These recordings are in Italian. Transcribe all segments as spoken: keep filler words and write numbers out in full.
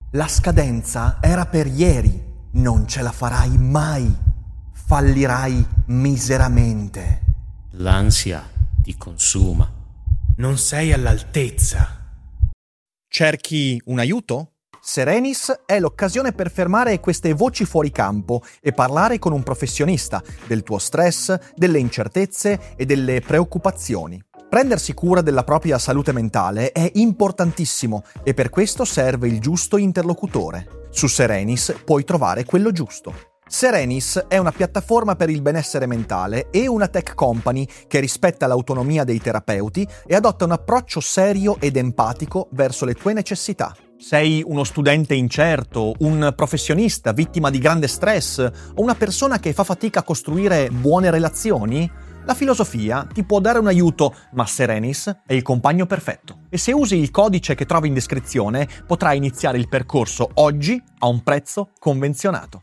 La scadenza era per ieri, non ce la farai mai, fallirai miseramente. L'ansia ti consuma. Non sei all'altezza. Cerchi un aiuto? Serenis è l'occasione per fermare queste voci fuori campo e parlare con un professionista del tuo stress, delle incertezze e delle preoccupazioni. Prendersi cura della propria salute mentale è importantissimo e per questo serve il giusto interlocutore. Su Serenis puoi trovare quello giusto. Serenis è una piattaforma per il benessere mentale e una tech company che rispetta l'autonomia dei terapeuti e adotta un approccio serio ed empatico verso le tue necessità. Sei uno studente incerto, un professionista vittima di grande stress o una persona che fa fatica a costruire buone relazioni? La filosofia ti può dare un aiuto, ma Serenis è il compagno perfetto. E se usi il codice che trovi in descrizione, potrai iniziare il percorso oggi a un prezzo convenzionato.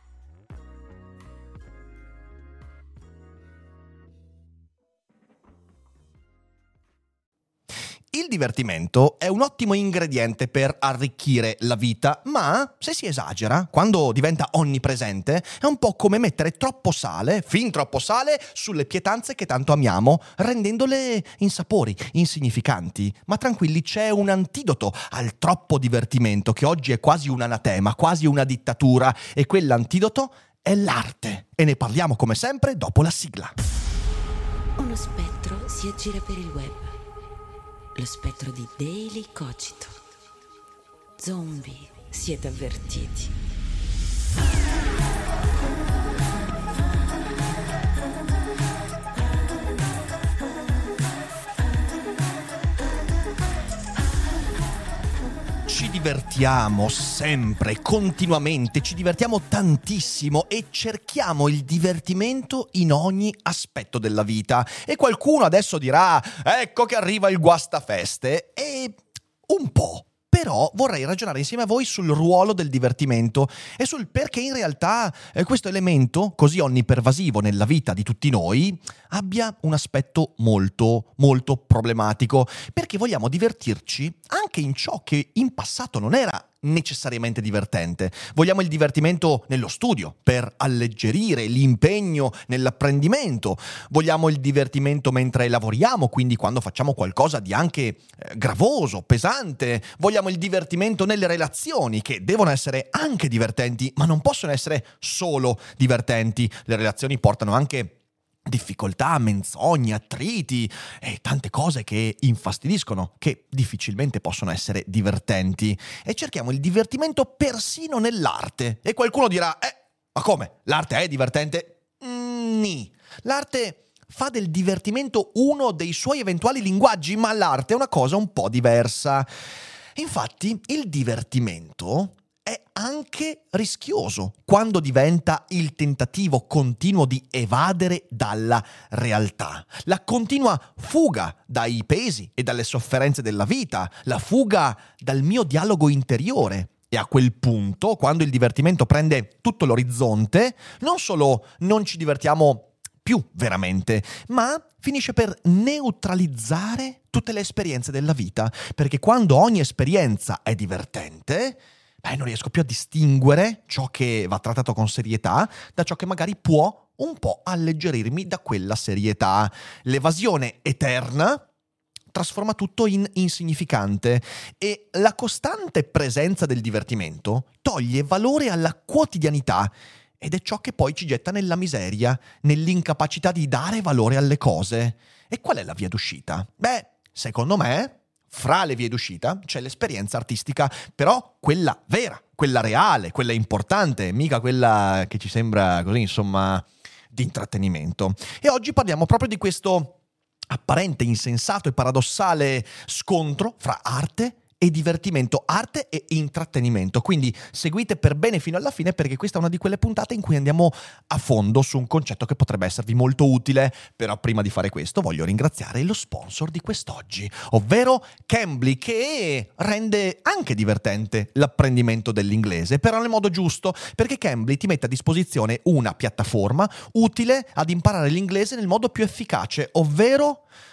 Il divertimento è un ottimo ingrediente per arricchire la vita, ma se si esagera, quando diventa onnipresente, è un po' come mettere troppo sale, fin troppo sale, sulle pietanze che tanto amiamo, rendendole insapori, insignificanti. Ma tranquilli, c'è un antidoto al troppo divertimento, che oggi è quasi un anatema, quasi una dittatura, e quell'antidoto è l'arte. E ne parliamo come sempre dopo la sigla. Uno spettro si aggira per il web. Lo spettro di Daily Cogito. Zombie, siete avvertiti. Ci divertiamo sempre, continuamente, ci divertiamo tantissimo e cerchiamo il divertimento in ogni aspetto della vita. E qualcuno adesso dirà, ecco che arriva il guastafeste, e un po'. Però vorrei ragionare insieme a voi sul ruolo del divertimento e sul perché in realtà eh, questo elemento, così onnipervasivo nella vita di tutti noi, abbia un aspetto molto, molto problematico. Perché vogliamo divertirci anche in ciò che in passato non era necessariamente divertente. Vogliamo il divertimento nello studio, per alleggerire l'impegno nell'apprendimento. Vogliamo il divertimento mentre lavoriamo, quindi quando facciamo qualcosa di anche eh, gravoso, pesante. Vogliamo il divertimento nelle relazioni, che devono essere anche divertenti, ma non possono essere solo divertenti. Le relazioni portano anche difficoltà, menzogne, attriti e tante cose che infastidiscono, che difficilmente possono essere divertenti. E cerchiamo il divertimento persino nell'arte. E qualcuno dirà, eh, ma come? L'arte è divertente? Mm, nì. L'arte fa del divertimento uno dei suoi eventuali linguaggi, ma l'arte è una cosa un po' diversa. Infatti, il divertimento è anche rischioso quando diventa il tentativo continuo di evadere dalla realtà, la continua fuga dai pesi e dalle sofferenze della vita, la fuga dal mio dialogo interiore. E a quel punto, quando il divertimento prende tutto l'orizzonte, non solo non ci divertiamo più veramente, ma finisce per neutralizzare tutte le esperienze della vita, perché quando ogni esperienza è divertente, beh, non riesco più a distinguere ciò che va trattato con serietà da ciò che magari può un po' alleggerirmi da quella serietà. L'evasione eterna trasforma tutto in insignificante e la costante presenza del divertimento toglie valore alla quotidianità ed è ciò che poi ci getta nella miseria, nell'incapacità di dare valore alle cose. E qual è la via d'uscita? Beh, secondo me, fra le vie d'uscita c'è l'esperienza artistica, però quella vera, quella reale, quella importante, mica quella che ci sembra così, insomma, di intrattenimento. E oggi parliamo proprio di questo apparente, insensato e paradossale scontro fra arte e divertimento, arte e intrattenimento. Quindi seguite per bene fino alla fine, perché questa è una di quelle puntate in cui andiamo a fondo su un concetto che potrebbe esservi molto utile. Però prima di fare questo voglio ringraziare lo sponsor di quest'oggi, ovvero Cambly, che rende anche divertente l'apprendimento dell'inglese, però nel modo giusto, perché Cambly ti mette a disposizione una piattaforma utile ad imparare l'inglese nel modo più efficace, ovvero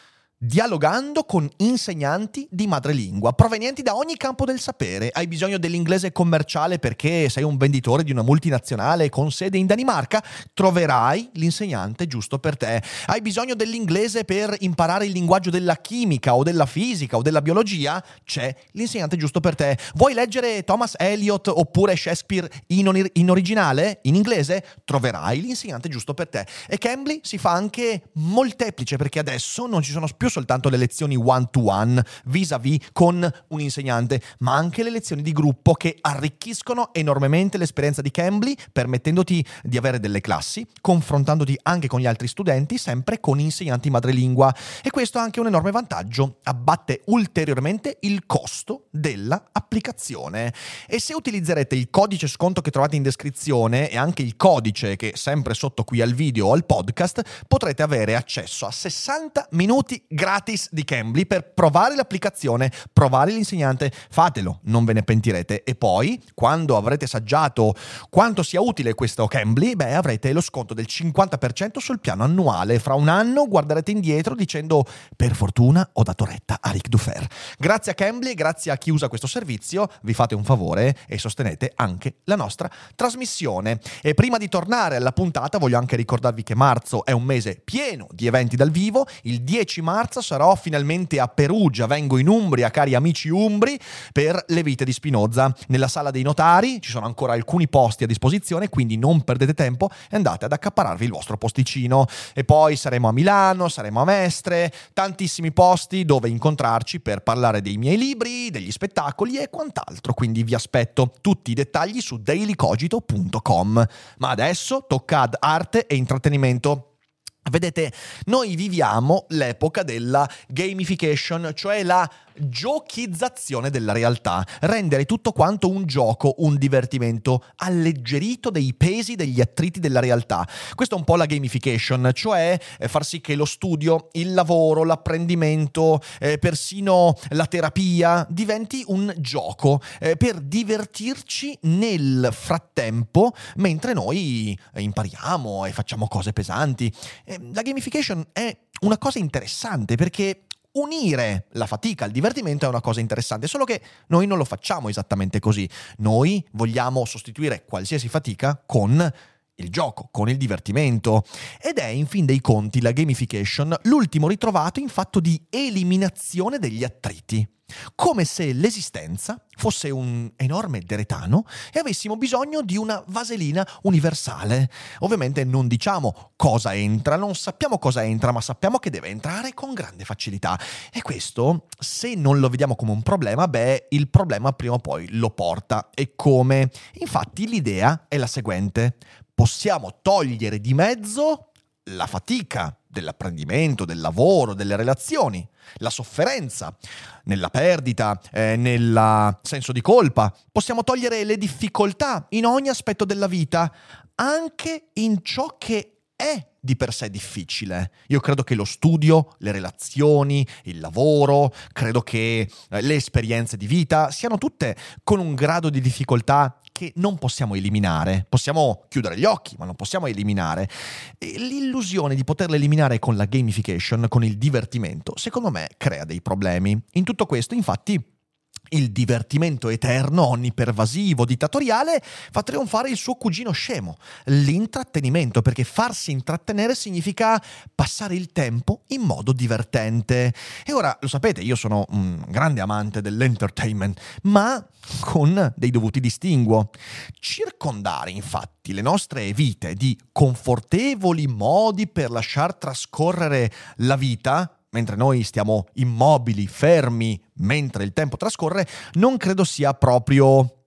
dialogando con insegnanti di madrelingua provenienti da ogni campo del sapere. Hai bisogno dell'inglese commerciale perché sei un venditore di una multinazionale con sede in Danimarca? Troverai l'insegnante giusto per te. Hai bisogno dell'inglese per imparare il linguaggio della chimica o della fisica o della biologia? C'è l'insegnante giusto per te. Vuoi leggere Thomas Eliot oppure Shakespeare in, on- in originale, in inglese? Troverai l'insegnante giusto per te. E Cambly si fa anche molteplice perché adesso non ci sono più soltanto le lezioni one to one vis-à-vis con un insegnante, ma anche le lezioni di gruppo che arricchiscono enormemente l'esperienza di Cambly, permettendoti di avere delle classi, confrontandoti anche con gli altri studenti, sempre con insegnanti madrelingua. E questo ha anche un enorme vantaggio: abbatte ulteriormente il costo della applicazione. E se utilizzerete il codice sconto che trovate in descrizione e anche il codice che è sempre sotto qui al video o al podcast, potrete avere accesso a sessanta minuti gratis di Cambly per provare l'applicazione, provare l'insegnante. Fatelo, non ve ne pentirete. E poi, quando avrete assaggiato quanto sia utile questo Cambly, beh, avrete lo sconto del cinquanta per cento sul piano annuale. Fra un anno guarderete indietro dicendo: per fortuna ho dato retta a Ric Dufer. Grazie a Cambly e grazie a chi usa questo servizio vi fate un favore e sostenete anche la nostra trasmissione. E prima di tornare alla puntata voglio anche ricordarvi che marzo è un mese pieno di eventi dal vivo. Il dieci marzo sarò finalmente a Perugia, vengo in Umbria, cari amici umbri, per le vite di Spinoza. Nella sala dei notari ci sono ancora alcuni posti a disposizione, quindi non perdete tempo e andate ad accaparrarvi il vostro posticino. E poi saremo a Milano, saremo a Mestre, tantissimi posti dove incontrarci per parlare dei miei libri, degli spettacoli e quant'altro, quindi vi aspetto. Tutti i dettagli su daily cogito punto com. Ma adesso tocca ad arte e intrattenimento. Vedete, noi viviamo l'epoca della gamification, cioè la giochizzazione della realtà, rendere tutto quanto un gioco, un divertimento, alleggerito dei pesi degli attriti della realtà. Questo è un po' la gamification, cioè far sì che lo studio, il lavoro, l'apprendimento, eh, persino la terapia diventi un gioco eh, per divertirci nel frattempo mentre noi impariamo e facciamo cose pesanti. Eh, la gamification è una cosa interessante perché unire la fatica al divertimento è una cosa interessante, solo che noi non lo facciamo esattamente così. Noi vogliamo sostituire qualsiasi fatica con il gioco, con il divertimento. Ed è, in fin dei conti, la gamification l'ultimo ritrovato in fatto di eliminazione degli attriti. Come se l'esistenza fosse un enorme deretano e avessimo bisogno di una vaselina universale. Ovviamente non diciamo cosa entra, non sappiamo cosa entra, ma sappiamo che deve entrare con grande facilità. E questo, se non lo vediamo come un problema, beh, il problema prima o poi lo porta. E come? Infatti l'idea è la seguente: possiamo togliere di mezzo la fatica dell'apprendimento, del lavoro, delle relazioni, la sofferenza nella perdita, eh, nel senso di colpa. Possiamo togliere le difficoltà in ogni aspetto della vita, anche in ciò che è di per sé difficile. Io credo che lo studio, le relazioni, il lavoro, credo che eh, le esperienze di vita siano tutte con un grado di difficoltà che non possiamo eliminare. Possiamo chiudere gli occhi, ma non possiamo eliminare. E l'illusione di poterle eliminare con la gamification, con il divertimento, secondo me crea dei problemi. In tutto questo, infatti, il divertimento eterno, onnipervasivo, dittatoriale fa trionfare il suo cugino scemo, l'intrattenimento, perché farsi intrattenere significa passare il tempo in modo divertente. E ora, lo sapete, io sono un grande amante dell'entertainment, ma con dei dovuti distinguo. Circondare, infatti, le nostre vite di confortevoli modi per lasciar trascorrere la vita, mentre noi stiamo immobili, fermi, mentre il tempo trascorre, non credo sia proprio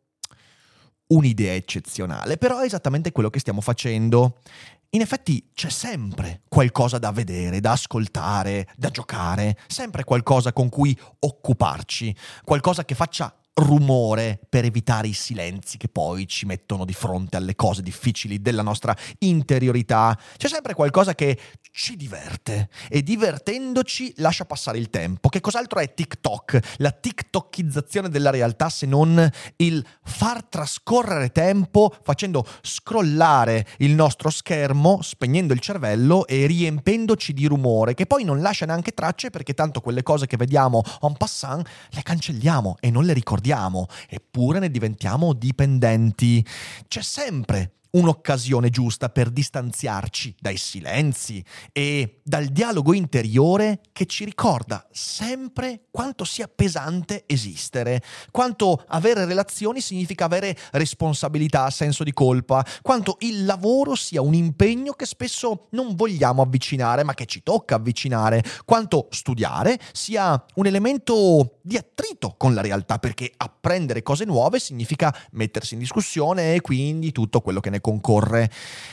un'idea eccezionale, però è esattamente quello che stiamo facendo. In effetti c'è sempre qualcosa da vedere, da ascoltare, da giocare, sempre qualcosa con cui occuparci, qualcosa che faccia rumore per evitare i silenzi che poi ci mettono di fronte alle cose difficili della nostra interiorità. C'è sempre qualcosa che ci diverte e divertendoci lascia passare il tempo. Che cos'altro è TikTok? La tiktokizzazione della realtà se non il far trascorrere tempo facendo scrollare il nostro schermo, spegnendo il cervello e riempendoci di rumore che poi non lascia neanche tracce, perché tanto quelle cose che vediamo en passant le cancelliamo e non le ricordiamo, eppure ne diventiamo dipendenti. C'è sempre un'occasione giusta per distanziarci dai silenzi e dal dialogo interiore che ci ricorda sempre quanto sia pesante esistere, quanto avere relazioni significa avere responsabilità, senso di colpa, quanto il lavoro sia un impegno che spesso non vogliamo avvicinare ma che ci tocca avvicinare, quanto studiare sia un elemento di attrito con la realtà, perché apprendere cose nuove significa mettersi in discussione e quindi tutto quello che ne concorre.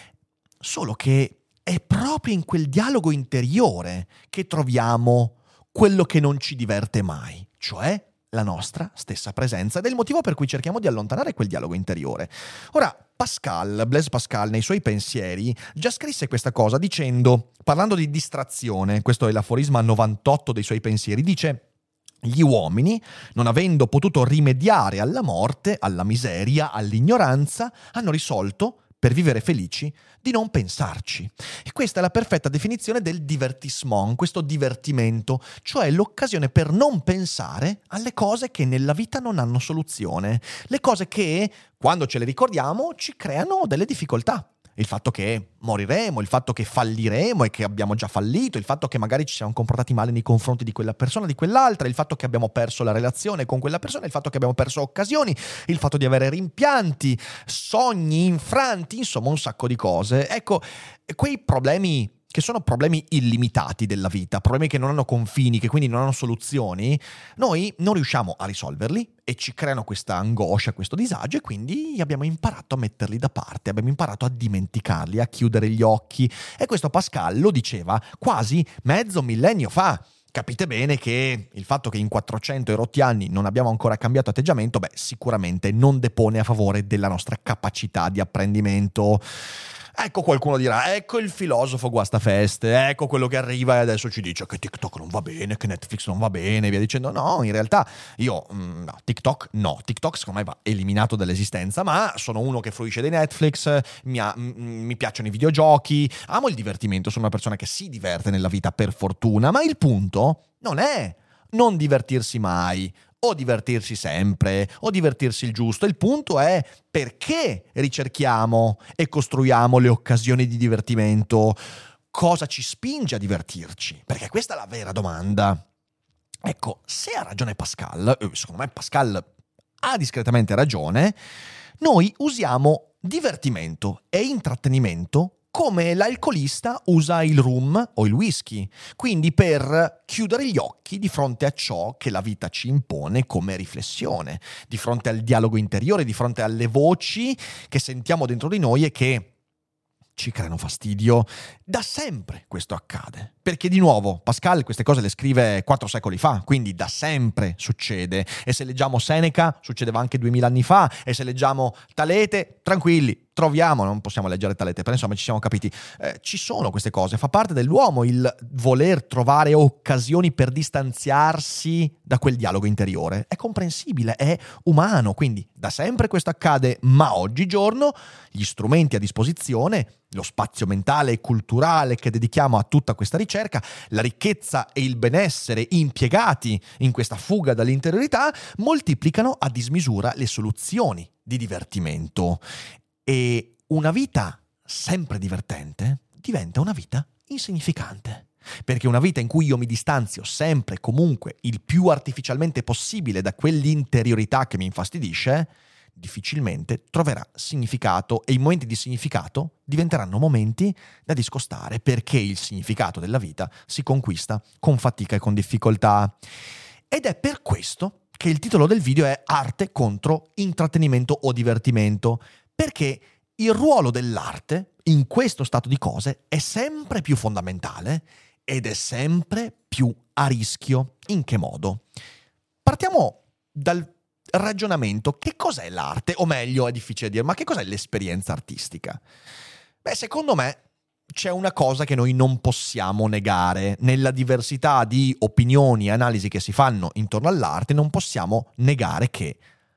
Solo che è proprio in quel dialogo interiore che troviamo quello che non ci diverte mai, cioè la nostra stessa presenza, ed è il motivo per cui cerchiamo di allontanare quel dialogo interiore. Ora, Pascal, Blaise Pascal, nei suoi pensieri, già scrisse questa cosa dicendo, parlando di distrazione, questo è l'aforisma novantotto dei suoi pensieri, dice: gli uomini, non avendo potuto rimediare alla morte, alla miseria, all'ignoranza, hanno risolto, per vivere felici, di non pensarci. E questa è la perfetta definizione del divertissement, questo divertimento, cioè l'occasione per non pensare alle cose che nella vita non hanno soluzione, le cose che, quando ce le ricordiamo, ci creano delle difficoltà. Il fatto che moriremo, il fatto che falliremo e che abbiamo già fallito, il fatto che magari ci siamo comportati male nei confronti di quella persona, di quell'altra, il fatto che abbiamo perso la relazione con quella persona, il fatto che abbiamo perso occasioni, il fatto di avere rimpianti, sogni infranti, insomma un sacco di cose. Ecco, quei problemi che sono problemi illimitati della vita, problemi che non hanno confini, che quindi non hanno soluzioni, noi non riusciamo a risolverli e ci creano questa angoscia, questo disagio, e quindi abbiamo imparato a metterli da parte, abbiamo imparato a dimenticarli, a chiudere gli occhi. E questo Pascal lo diceva quasi mezzo millennio fa. Capite bene che il fatto che in quattrocento e rotti anni non abbiamo ancora cambiato atteggiamento, beh, sicuramente non depone a favore della nostra capacità di apprendimento. Ecco, qualcuno dirà, ecco il filosofo guastafeste, ecco quello che arriva e adesso ci dice che TikTok non va bene, che Netflix non va bene, via dicendo. No, in realtà io, no, TikTok no, TikTok secondo me va eliminato dall'esistenza, ma sono uno che fruisce dei Netflix, mi, ha, m- mi piacciono i videogiochi, amo il divertimento, sono una persona che si diverte nella vita per fortuna, ma il punto non è non divertirsi mai, o divertirsi sempre, o divertirsi il giusto. Il punto è perché ricerchiamo e costruiamo le occasioni di divertimento. Cosa ci spinge a divertirci? Perché questa è la vera domanda. Ecco, se ha ragione Pascal, secondo me Pascal ha discretamente ragione, noi usiamo divertimento e intrattenimento come l'alcolista usa il rum o il whisky, quindi per chiudere gli occhi di fronte a ciò che la vita ci impone come riflessione, di fronte al dialogo interiore, di fronte alle voci che sentiamo dentro di noi e che ci creano fastidio. Da sempre questo accade, perché di nuovo Pascal queste cose le scrive quattro secoli fa, quindi da sempre succede. E se leggiamo Seneca succedeva anche duemila anni fa, e se leggiamo Talete, tranquilli, troviamo, non possiamo leggere Talete, però insomma ci siamo capiti, eh, ci sono queste cose, fa parte dell'uomo il voler trovare occasioni per distanziarsi da quel dialogo interiore. È comprensibile, è umano, quindi da sempre questo accade, ma oggigiorno gli strumenti a disposizione, lo spazio mentale e culturale che dedichiamo a tutta questa ricerca, la ricchezza e il benessere impiegati in questa fuga dall'interiorità moltiplicano a dismisura le soluzioni di divertimento. E una vita sempre divertente diventa una vita insignificante. Perché una vita in cui io mi distanzio sempre e comunque il più artificialmente possibile da quell'interiorità che mi infastidisce, difficilmente troverà significato, e i momenti di significato diventeranno momenti da discostare, perché il significato della vita si conquista con fatica e con difficoltà. Ed è per questo che il titolo del video è Arte contro intrattenimento o divertimento, perché il ruolo dell'arte in questo stato di cose è sempre più fondamentale ed è sempre più a rischio. In che modo? Partiamo dal ragionamento. Che cos'è l'arte? O meglio, è difficile dire, ma che cos'è l'esperienza artistica? Beh, secondo me c'è una cosa che noi non possiamo negare. Nella diversità di opinioni e analisi che si fanno intorno all'arte, non possiamo negare che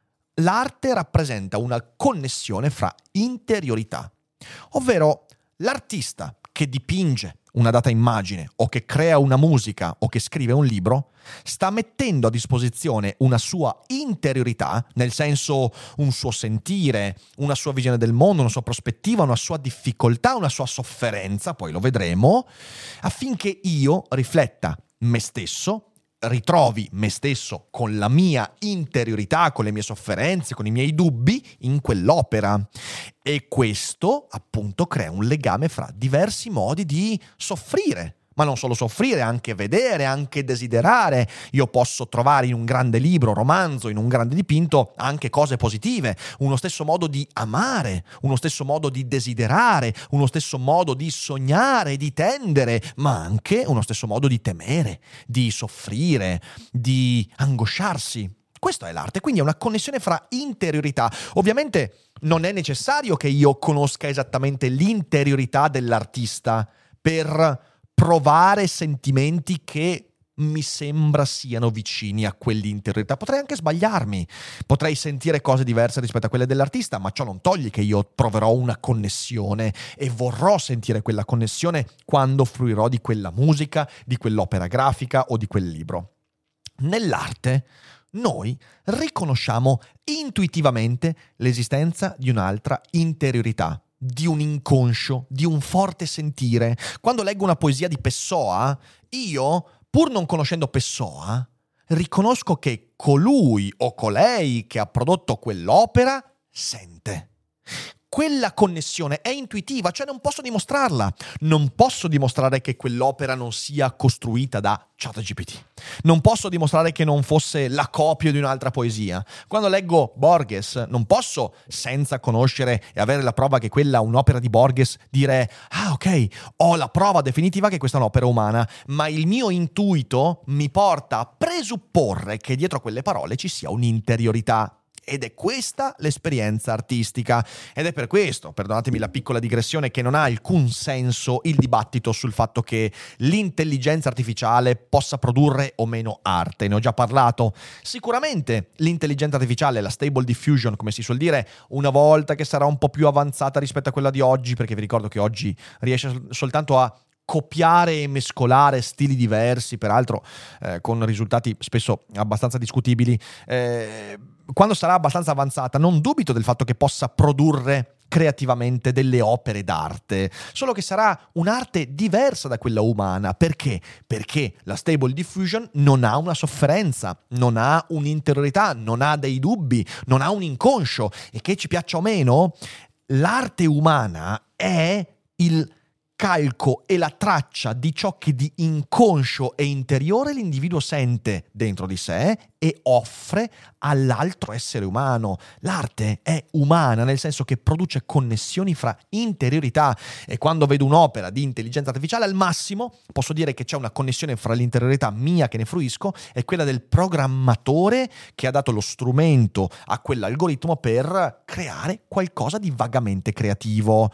l'arte rappresenta una connessione fra interiorità, ovvero l'artista che dipinge una data immagine o che crea una musica o che scrive un libro sta mettendo a disposizione una sua interiorità, nel senso un suo sentire, una sua visione del mondo, una sua prospettiva, una sua difficoltà, una sua sofferenza, poi lo vedremo, affinché io rifletta me stesso, ritrovi me stesso con la mia interiorità, con le mie sofferenze, con i miei dubbi in quell'opera. E questo appunto crea un legame fra diversi modi di soffrire. Ma non solo soffrire, anche vedere, anche desiderare. Io posso trovare in un grande libro, romanzo, in un grande dipinto anche cose positive, uno stesso modo di amare, uno stesso modo di desiderare, uno stesso modo di sognare, di tendere, ma anche uno stesso modo di temere, di soffrire, di angosciarsi. Questa è l'arte, quindi è una connessione fra interiorità. Ovviamente non è necessario che io conosca esattamente l'interiorità dell'artista per provare sentimenti che mi sembra siano vicini a quell'interiorità. Potrei anche sbagliarmi, potrei sentire cose diverse rispetto a quelle dell'artista, ma ciò non toglie che io proverò una connessione e vorrò sentire quella connessione quando fruirò di quella musica, di quell'opera grafica o di quel libro. Nell'arte noi riconosciamo intuitivamente l'esistenza di un'altra interiorità, di un inconscio, di un forte sentire. Quando leggo una poesia di Pessoa, io, pur non conoscendo Pessoa, riconosco che colui o colei che ha prodotto quell'opera sente. Quella connessione è intuitiva, cioè non posso dimostrarla. Non posso dimostrare che quell'opera non sia costruita da ChatGPT. Non posso dimostrare che non fosse la copia di un'altra poesia. Quando leggo Borges, non posso, senza conoscere e avere la prova che quella è un'opera di Borges, dire «Ah, ok, ho la prova definitiva che questa è un'opera umana», ma il mio intuito mi porta a presupporre che dietro a quelle parole ci sia un'interiorità. Ed è questa l'esperienza artistica. Ed è per questo, perdonatemi la piccola digressione, che non ha alcun senso il dibattito sul fatto che l'intelligenza artificiale possa produrre o meno arte. Ne ho già parlato. Sicuramente l'intelligenza artificiale, la Stable Diffusion, come si suol dire, una volta che sarà un po' più avanzata rispetto a quella di oggi, perché vi ricordo che oggi riesce soltanto a copiare e mescolare stili diversi, peraltro eh, con risultati spesso abbastanza discutibili. Eh, quando sarà abbastanza avanzata, non dubito del fatto che possa produrre creativamente delle opere d'arte, solo che sarà un'arte diversa da quella umana. Perché? Perché la Stable Diffusion non ha una sofferenza, non ha un'interiorità, non ha dei dubbi, non ha un inconscio, e che ci piaccia o meno, l'arte umana è il calco e la traccia di ciò che di inconscio e interiore l'individuo sente dentro di sé e offre all'altro essere umano. L'arte è umana, nel senso che produce connessioni fra interiorità, e quando vedo un'opera di intelligenza artificiale, al massimo posso dire che c'è una connessione fra l'interiorità mia che ne fruisco e quella del programmatore che ha dato lo strumento a quell'algoritmo per creare qualcosa di vagamente creativo.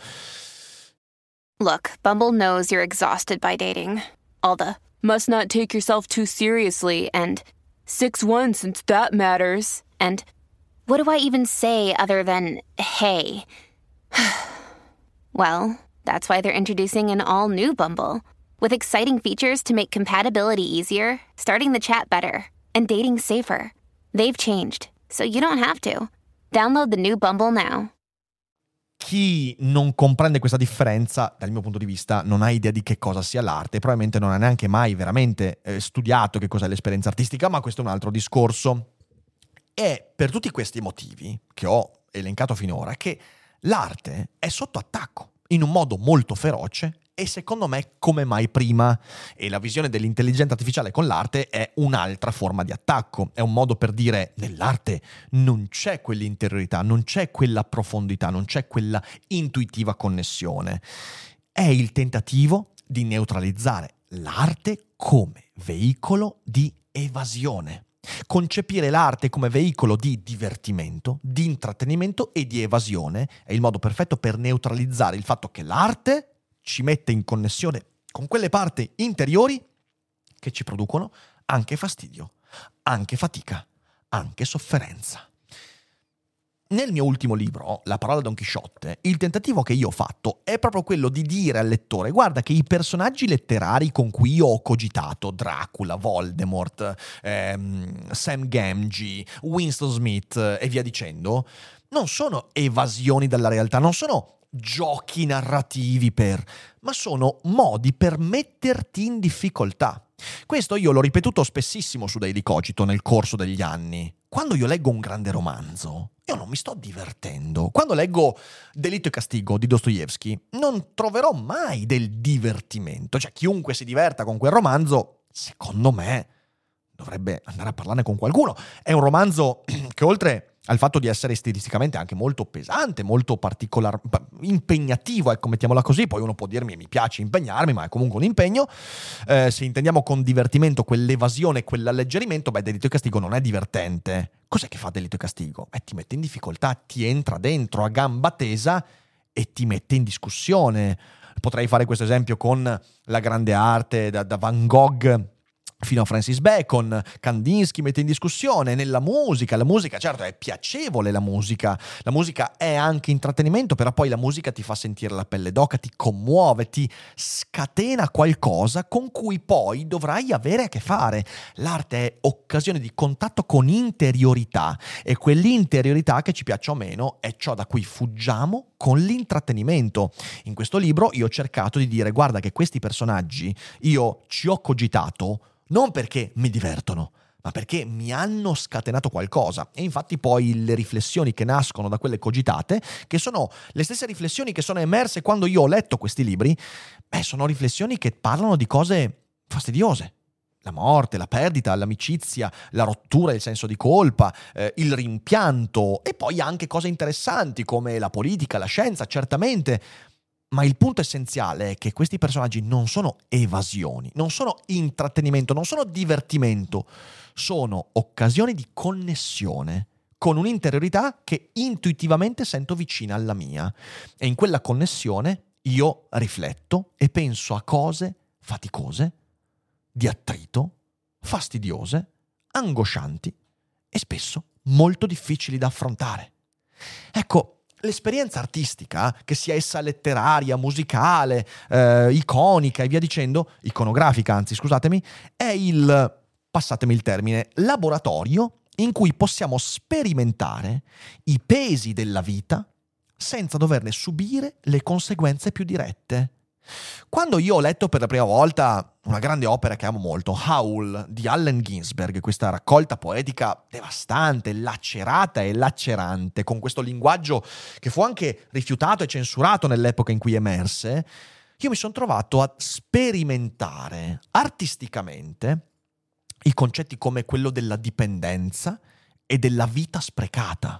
Look, Bumble knows you're exhausted by dating. All the, must not take yourself too seriously, and six one since that matters, and what do I even say other than, hey? Well, that's why they're introducing an all-new Bumble, with exciting features to make compatibility easier, starting the chat better, and dating safer. They've changed, so you don't have to. Download the new Bumble now. Chi non comprende questa differenza, dal mio punto di vista, non ha idea di che cosa sia l'arte, probabilmente non ha neanche mai veramente eh, studiato che cos'è l'esperienza artistica, ma questo è un altro discorso. È per tutti questi motivi che ho elencato finora che l'arte è sotto attacco in un modo molto feroce e secondo me come mai prima. E la visione dell'intelligenza artificiale con l'arte è un'altra forma di attacco. È un modo per dire: nell'arte non c'è quell'interiorità, non c'è quella profondità, non c'è quella intuitiva connessione. È il tentativo di neutralizzare l'arte come veicolo di evasione. Concepire l'arte come veicolo di divertimento, di intrattenimento e di evasione è il modo perfetto per neutralizzare il fatto che l'arte ci mette in connessione con quelle parti interiori che ci producono anche fastidio, anche fatica, anche sofferenza. Nel mio ultimo libro, La parola Don Chisciotte, il tentativo che io ho fatto è proprio quello di dire al lettore: guarda che i personaggi letterari con cui io ho cogitato, Dracula, Voldemort, ehm, Sam Gamgee, Winston Smith e via dicendo, non sono evasioni dalla realtà, non sono giochi narrativi per, ma sono modi per metterti in difficoltà. Questo io l'ho ripetuto spessissimo su Daily Cogito nel corso degli anni. Quando io leggo un grande romanzo, io non mi sto divertendo. Quando leggo Delitto e Castigo di Dostoevsky, non troverò mai del divertimento. Cioè, chiunque si diverta con quel romanzo, secondo me, dovrebbe andare a parlarne con qualcuno. È un romanzo che, oltre al fatto di essere stilisticamente anche molto pesante, molto particolare, impegnativo, ecco, mettiamola così, poi uno può dirmi mi piace impegnarmi, ma è comunque un impegno. Eh, se intendiamo con divertimento quell'evasione, quell'alleggerimento, beh, Delitto e Castigo non è divertente. Cos'è che fa Delitto e Castigo? Eh, ti mette in difficoltà, ti entra dentro a gamba tesa e ti mette in discussione. Potrei fare questo esempio con la grande arte, da, da Van Gogh fino a Francis Bacon. Kandinsky mette in discussione nella musica. La musica, certo, è piacevole la musica. La musica è anche intrattenimento, però poi la musica ti fa sentire la pelle d'oca, ti commuove, ti scatena qualcosa con cui poi dovrai avere a che fare. L'arte è occasione di contatto con interiorità, e quell'interiorità, che ci piaccia o meno, è ciò da cui fuggiamo con l'intrattenimento. In questo libro io ho cercato di dire: guarda che questi personaggi io ci ho cogitato non perché mi divertono, ma perché mi hanno scatenato qualcosa. E infatti poi le riflessioni che nascono da quelle cogitate, che sono le stesse riflessioni che sono emerse quando io ho letto questi libri, beh, sono riflessioni che parlano di cose fastidiose. La morte, la perdita, l'amicizia, la rottura, il senso di colpa, eh, il rimpianto, e poi anche cose interessanti come la politica, la scienza, certamente. Ma il punto essenziale è che questi personaggi non sono evasioni, non sono intrattenimento, non sono divertimento, sono occasioni di connessione con un'interiorità che intuitivamente sento vicina alla mia. E in quella connessione io rifletto e penso a cose faticose, di attrito, fastidiose, angoscianti e spesso molto difficili da affrontare. Ecco, l'esperienza artistica, che sia essa letteraria, musicale, eh, iconica e via dicendo, iconografica anzi, scusatemi, è il, passatemi il termine, laboratorio in cui possiamo sperimentare i pesi della vita senza doverne subire le conseguenze più dirette. Quando io ho letto per la prima volta una grande opera che amo molto, Howl di Allen Ginsberg, questa raccolta poetica devastante, lacerata e lacerante, con questo linguaggio che fu anche rifiutato e censurato nell'epoca in cui emerse, io mi sono trovato a sperimentare artisticamente i concetti come quello della dipendenza e della vita sprecata.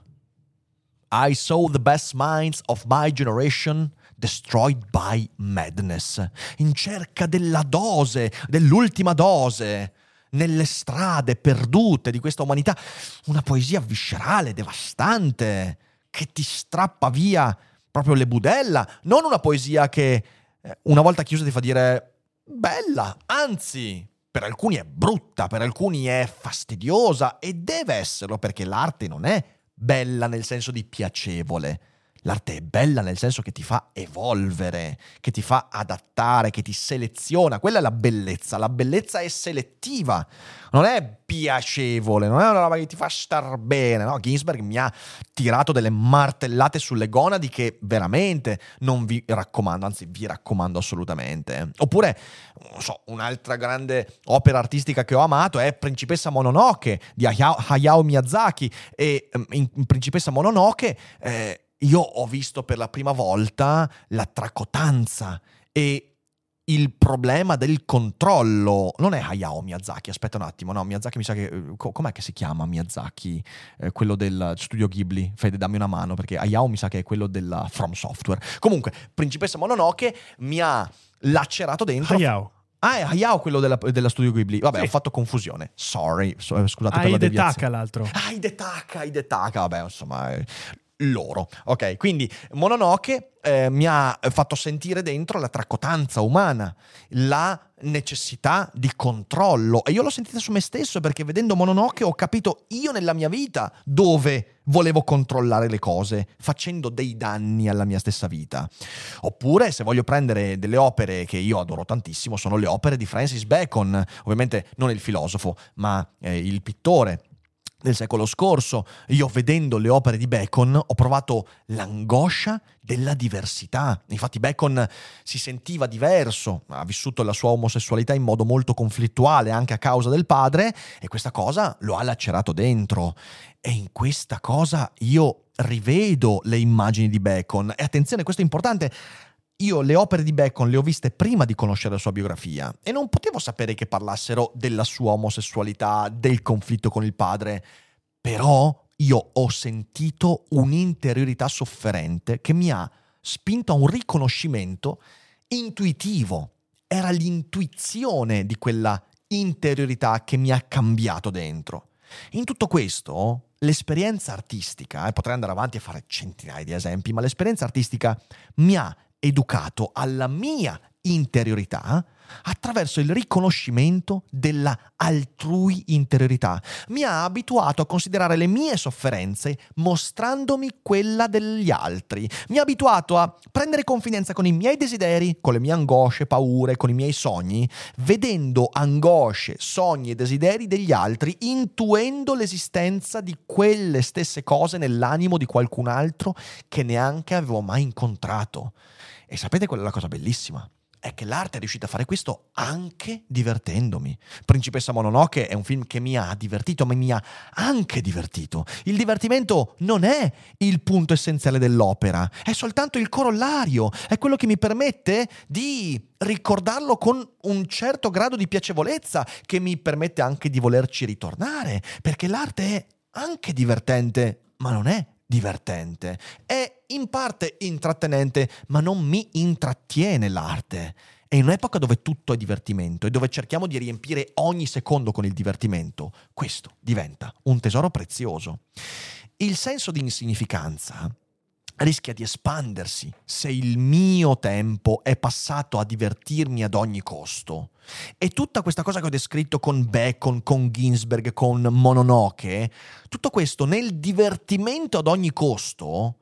I saw the best minds of my generation destroyed by madness, in cerca della dose, dell'ultima dose, nelle strade perdute di questa umanità. Una poesia viscerale, devastante, che ti strappa via proprio le budella. Non una poesia che una volta chiusa ti fa dire bella, anzi, per alcuni è brutta, per alcuni è fastidiosa, e deve esserlo, perché l'arte non è bella nel senso di piacevole. L'arte è bella nel senso che ti fa evolvere, che ti fa adattare, che ti seleziona. Quella è la bellezza. La bellezza è selettiva, non è piacevole, non è una roba che ti fa star bene, no? Ginsberg mi ha tirato delle martellate sulle gonadi che veramente non vi raccomando, anzi vi raccomando assolutamente. Oppure, non so, un'altra grande opera artistica che ho amato è Principessa Mononoke di Hayao Miyazaki. E in Principessa Mononoke eh, io ho visto per la prima volta la tracotanza e il problema del controllo. Non è Hayao Miyazaki, aspetta un attimo, no, Miyazaki mi sa che... Com'è che si chiama Miyazaki? Eh, quello del studio Ghibli? Fede, dammi una mano, perché Hayao mi sa che è quello della From Software. Comunque, Principessa Mononoke mi ha lacerato dentro... Hayao. Ah, è Hayao quello della, della Studio Ghibli. Vabbè, Sì. ho fatto confusione. Sorry, so- scusate per la Hidetaka deviazione. l'altro. Ah, Hidetaka, Hidetaka, vabbè, insomma, eh, loro. Ok, quindi Mononoke eh, mi ha fatto sentire dentro la tracotanza umana, la necessità di controllo. E io l'ho sentita su me stesso, perché vedendo Mononoke ho capito io nella mia vita dove volevo controllare le cose, facendo dei danni alla mia stessa vita. Oppure, se voglio prendere delle opere che io adoro tantissimo, sono le opere di Francis Bacon, ovviamente non il filosofo, ma eh, il pittore del secolo scorso. Io, vedendo le opere di Bacon, ho provato l'angoscia della diversità. Infatti Bacon si sentiva diverso, ha vissuto la sua omosessualità in modo molto conflittuale anche a causa del padre, e questa cosa lo ha lacerato dentro. E in questa cosa io rivedo le immagini di Bacon. E attenzione, questo è importante. Io le opere di Bacon le ho viste prima di conoscere la sua biografia e non potevo sapere che parlassero della sua omosessualità, del conflitto con il padre, però io ho sentito un'interiorità sofferente che mi ha spinto a un riconoscimento intuitivo. Era l'intuizione di quella interiorità che mi ha cambiato dentro. In tutto questo, l'esperienza artistica, e potrei andare avanti a fare centinaia di esempi, ma l'esperienza artistica mi ha educato alla mia interiorità attraverso il riconoscimento della altrui interiorità. Mi ha abituato a considerare le mie sofferenze mostrandomi quella degli altri. Mi ha abituato a prendere confidenza con i miei desideri, con le mie angosce, paure, con i miei sogni, vedendo angosce, sogni e desideri degli altri, intuendo l'esistenza di quelle stesse cose nell'animo di qualcun altro che neanche avevo mai incontrato. E sapete qual è la cosa bellissima? È che l'arte è riuscita a fare questo anche divertendomi. Principessa Mononoke è un film che mi ha divertito, ma mi ha anche divertito. Il divertimento non è il punto essenziale dell'opera, è soltanto il corollario, è quello che mi permette di ricordarlo con un certo grado di piacevolezza, che mi permette anche di volerci ritornare, perché l'arte è anche divertente, ma non è divertente. È in parte intrattenente, ma non mi intrattiene l'arte. E in un'epoca dove tutto è divertimento e dove cerchiamo di riempire ogni secondo con il divertimento, questo diventa un tesoro prezioso. Il senso di insignificanza rischia di espandersi se il mio tempo è passato a divertirmi ad ogni costo. E tutta questa cosa che ho descritto con Bacon, con Ginsberg, con Mononoke, tutto questo nel divertimento ad ogni costo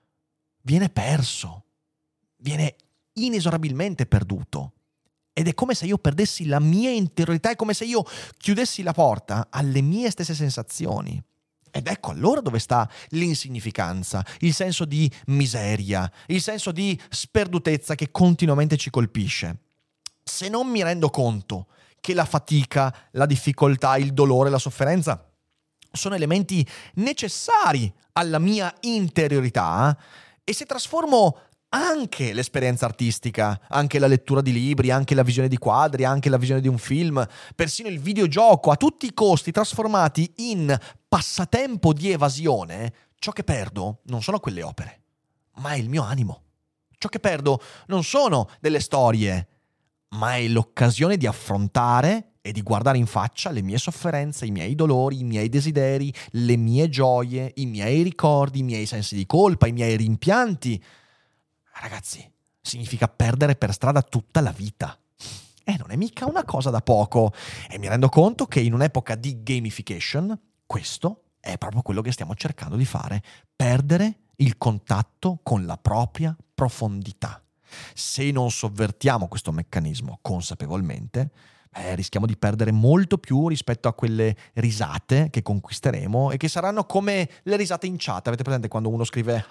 viene perso, viene inesorabilmente perduto. Ed è come se io perdessi la mia interiorità, è come se io chiudessi la porta alle mie stesse sensazioni. Ed ecco allora dove sta l'insignificanza, il senso di miseria, il senso di sperdutezza che continuamente ci colpisce. Se non mi rendo conto che la fatica, la difficoltà, il dolore, la sofferenza sono elementi necessari alla mia interiorità, e se trasformo anche l'esperienza artistica, anche la lettura di libri, anche la visione di quadri, anche la visione di un film, persino il videogioco, a tutti i costi trasformati in passatempo di evasione, ciò che perdo non sono quelle opere, ma è il mio animo. Ciò che perdo non sono delle storie, ma è l'occasione di affrontare e di guardare in faccia le mie sofferenze, i miei dolori, i miei desideri, le mie gioie, i miei ricordi, i miei sensi di colpa, i miei rimpianti. Ragazzi, significa perdere per strada tutta la vita. E non è mica una cosa da poco. E mi rendo conto che in un'epoca di gamification, questo è proprio quello che stiamo cercando di fare. Perdere il contatto con la propria profondità. Se non sovvertiamo questo meccanismo consapevolmente, eh, rischiamo di perdere molto più rispetto a quelle risate che conquisteremo e che saranno come le risate in chat. Avete presente quando uno scrive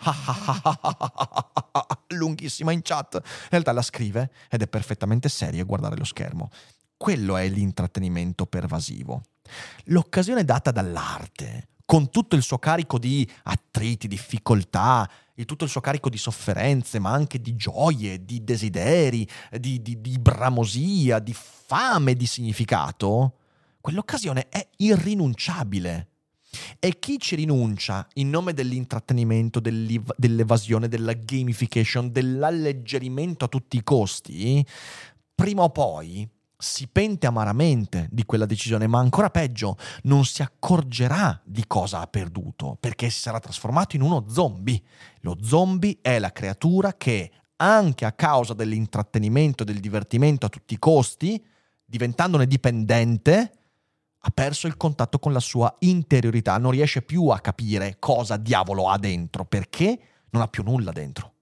lunghissima in chat? In realtà la scrive ed è perfettamente serio a guardare lo schermo. Quello è l'intrattenimento pervasivo. L'occasione data dall'arte, con tutto il suo carico di attriti, difficoltà, di tutto il suo carico di sofferenze, ma anche di gioie, di desideri, di, di, di bramosia, di fame di significato, quell'occasione è irrinunciabile. E chi ci rinuncia in nome dell'intrattenimento, dell'evasione, della gamification, dell'alleggerimento a tutti i costi, prima o poi si pente amaramente di quella decisione, ma ancora peggio, non si accorgerà di cosa ha perduto, perché si sarà trasformato in uno zombie. Lo zombie è la creatura che, anche a causa dell'intrattenimento e del divertimento a tutti i costi, diventandone dipendente, ha perso il contatto con la sua interiorità, non riesce più a capire cosa diavolo ha dentro, perché non ha più nulla dentro.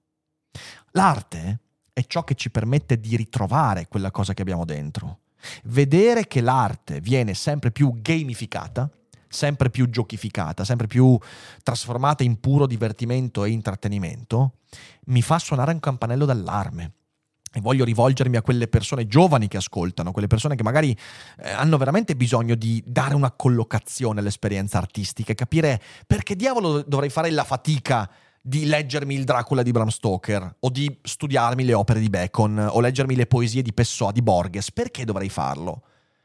L'arte è ciò che ci permette di ritrovare quella cosa che abbiamo dentro. Vedere che l'arte viene sempre più gamificata, sempre più giochificata, sempre più trasformata in puro divertimento e intrattenimento, mi fa suonare un campanello d'allarme. E voglio rivolgermi a quelle persone giovani che ascoltano, quelle persone che magari eh, hanno veramente bisogno di dare una collocazione all'esperienza artistica e capire perché diavolo dovrei fare la fatica di leggermi il Dracula di Bram Stoker o di studiarmi le opere di Bacon o leggermi le poesie di Pessoa, di Borges. Perché dovrei farlo?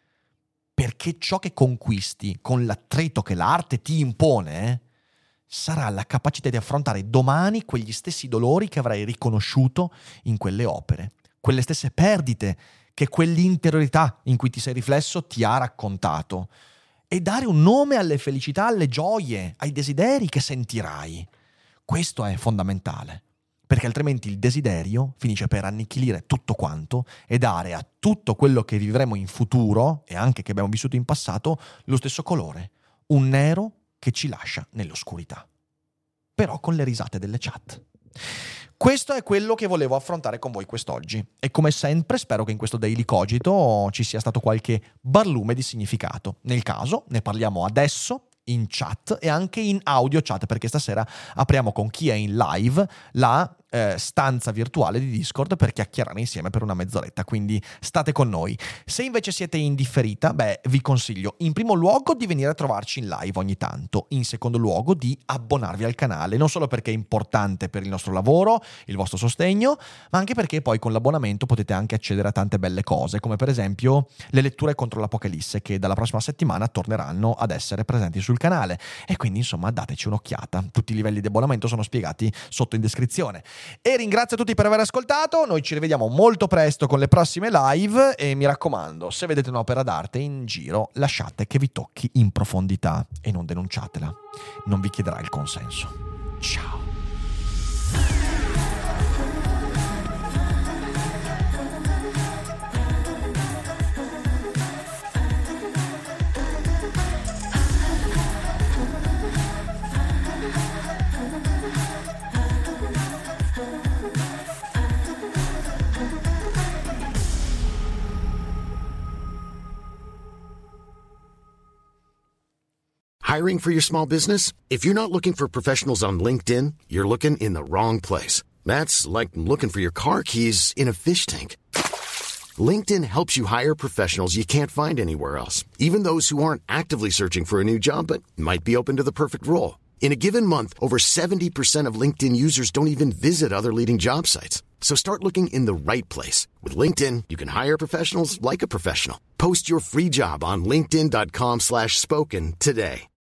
Perché ciò che conquisti con l'attrito che l'arte ti impone eh, sarà la capacità di affrontare domani quegli stessi dolori che avrai riconosciuto in quelle opere, quelle stesse perdite che quell'interiorità in cui ti sei riflesso ti ha raccontato, e dare un nome alle felicità, alle gioie, ai desideri che sentirai. Questo è fondamentale, perché altrimenti il desiderio finisce per annichilire tutto quanto e dare a tutto quello che vivremo in futuro, e anche che abbiamo vissuto in passato, lo stesso colore, un nero che ci lascia nell'oscurità, però con le risate delle chat. Questo è quello che volevo affrontare con voi quest'oggi, e come sempre spero che in questo Daily Cogito ci sia stato qualche barlume di significato. Nel caso ne parliamo adesso in chat e anche in audio chat, perché stasera apriamo con chi è in live la eh, stanza virtuale di Discord per chiacchierare insieme per una mezz'oretta, quindi state con noi. Se invece siete in differita, beh, vi consiglio in primo luogo di venire a trovarci in live ogni tanto, in secondo luogo di abbonarvi al canale, non solo perché è importante per il nostro lavoro, il vostro sostegno, ma anche perché poi con l'abbonamento potete anche accedere a tante belle cose, come per esempio le letture contro l'Apocalisse, che dalla prossima settimana torneranno ad essere presenti sul canale, e quindi insomma dateci un'occhiata. Tutti i livelli di abbonamento sono spiegati sotto in descrizione. E ringrazio tutti per aver ascoltato, noi ci rivediamo molto presto con le prossime live, e mi raccomando, se vedete un'opera d'arte in giro lasciate che vi tocchi in profondità e non denunciatela, non vi chiederà il consenso. Ciao. Hiring for your small business? If you're not looking for professionals on LinkedIn, you're looking in the wrong place. That's like looking for your car keys in a fish tank. LinkedIn helps you hire professionals you can't find anywhere else, even those who aren't actively searching for a new job but might be open to the perfect role. In a given month, over seventy percent of LinkedIn users don't even visit other leading job sites. So start looking in the right place. With LinkedIn, you can hire professionals like a professional. Post your free job on linkedin dot com slash spoken today.